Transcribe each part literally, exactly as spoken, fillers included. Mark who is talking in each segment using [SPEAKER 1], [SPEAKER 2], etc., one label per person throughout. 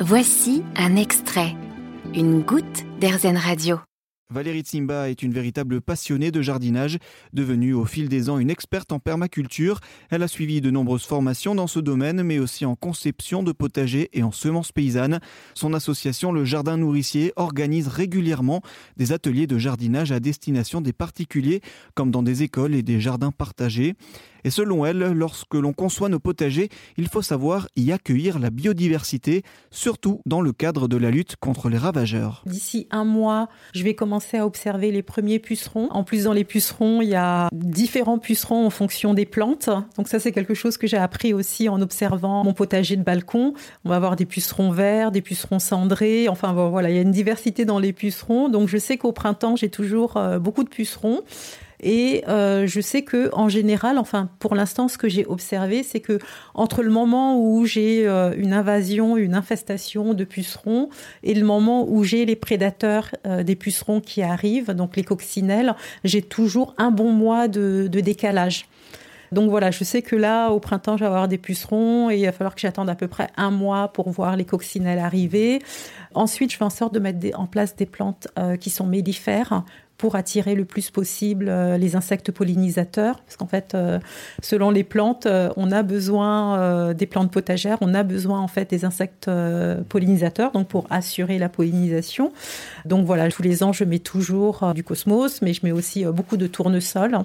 [SPEAKER 1] Voici un extrait, une goutte d'Airzen Radio.
[SPEAKER 2] Valérie Tsimba est une véritable passionnée de jardinage, devenue au fil des ans une experte en permaculture. Elle a suivi de nombreuses formations dans ce domaine, mais aussi en conception de potagers et en semences paysannes. Son association Le Jardin Nourricier organise régulièrement des ateliers de jardinage à destination des particuliers, comme dans des écoles et des jardins partagés. Et selon elle, lorsque l'on conçoit nos potagers, il faut savoir y accueillir la biodiversité, surtout dans le cadre de la lutte contre les ravageurs.
[SPEAKER 3] D'ici un mois, je vais commencer à observer les premiers pucerons. En plus, dans les pucerons, il y a différents pucerons en fonction des plantes. Donc ça, c'est quelque chose que j'ai appris aussi en observant mon potager de balcon. On va avoir des pucerons verts, des pucerons cendrés. Enfin voilà, il y a une diversité dans les pucerons. Donc je sais qu'au printemps, j'ai toujours beaucoup de pucerons. Et euh, je sais que en général, enfin pour l'instant, ce que j'ai observé, c'est que entre le moment où j'ai euh, une invasion, une infestation de pucerons, et le moment où j'ai les prédateurs euh, des pucerons qui arrivent, donc les coccinelles, j'ai toujours un bon mois de, de décalage. Donc voilà, je sais que là, au printemps, je vais avoir des pucerons et il va falloir que j'attende à peu près un mois pour voir les coccinelles arriver. Ensuite, je fais en sorte de mettre des, en place des plantes euh, qui sont mellifères pour attirer le plus possible euh, les insectes pollinisateurs. Parce qu'en fait, euh, selon les plantes, euh, on a besoin euh, des plantes potagères, on a besoin en fait des insectes euh, pollinisateurs, donc pour assurer la pollinisation. Donc voilà, tous les ans, je mets toujours euh, du cosmos, mais je mets aussi euh, beaucoup de tournesol.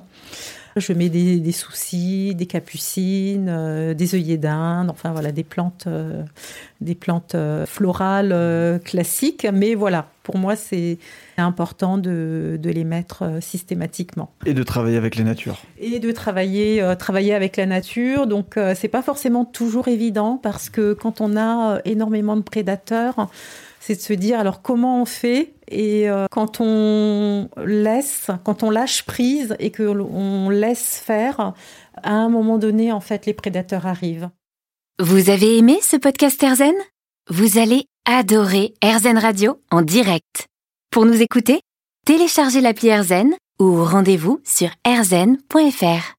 [SPEAKER 3] Je mets des, des soucis, des capucines, euh, des œillets d'Inde, enfin voilà, des plantes, euh, des plantes euh, florales euh, classiques. Mais voilà, pour moi, c'est important de, de les mettre euh, systématiquement.
[SPEAKER 2] Et de travailler avec la nature.
[SPEAKER 3] Et de travailler, euh, travailler avec la nature. Donc, euh, c'est pas forcément toujours évident parce que quand on a euh, énormément de prédateurs, c'est de se dire alors comment on fait et euh, quand on laisse, quand on lâche prise et que on laisse faire, à un moment donné, en fait, les prédateurs arrivent.
[SPEAKER 1] Vous avez aimé ce podcast Airzen ? Vous allez adorer Airzen Radio en direct. Pour nous écouter, téléchargez l'appli Airzen ou rendez-vous sur airzen point f r.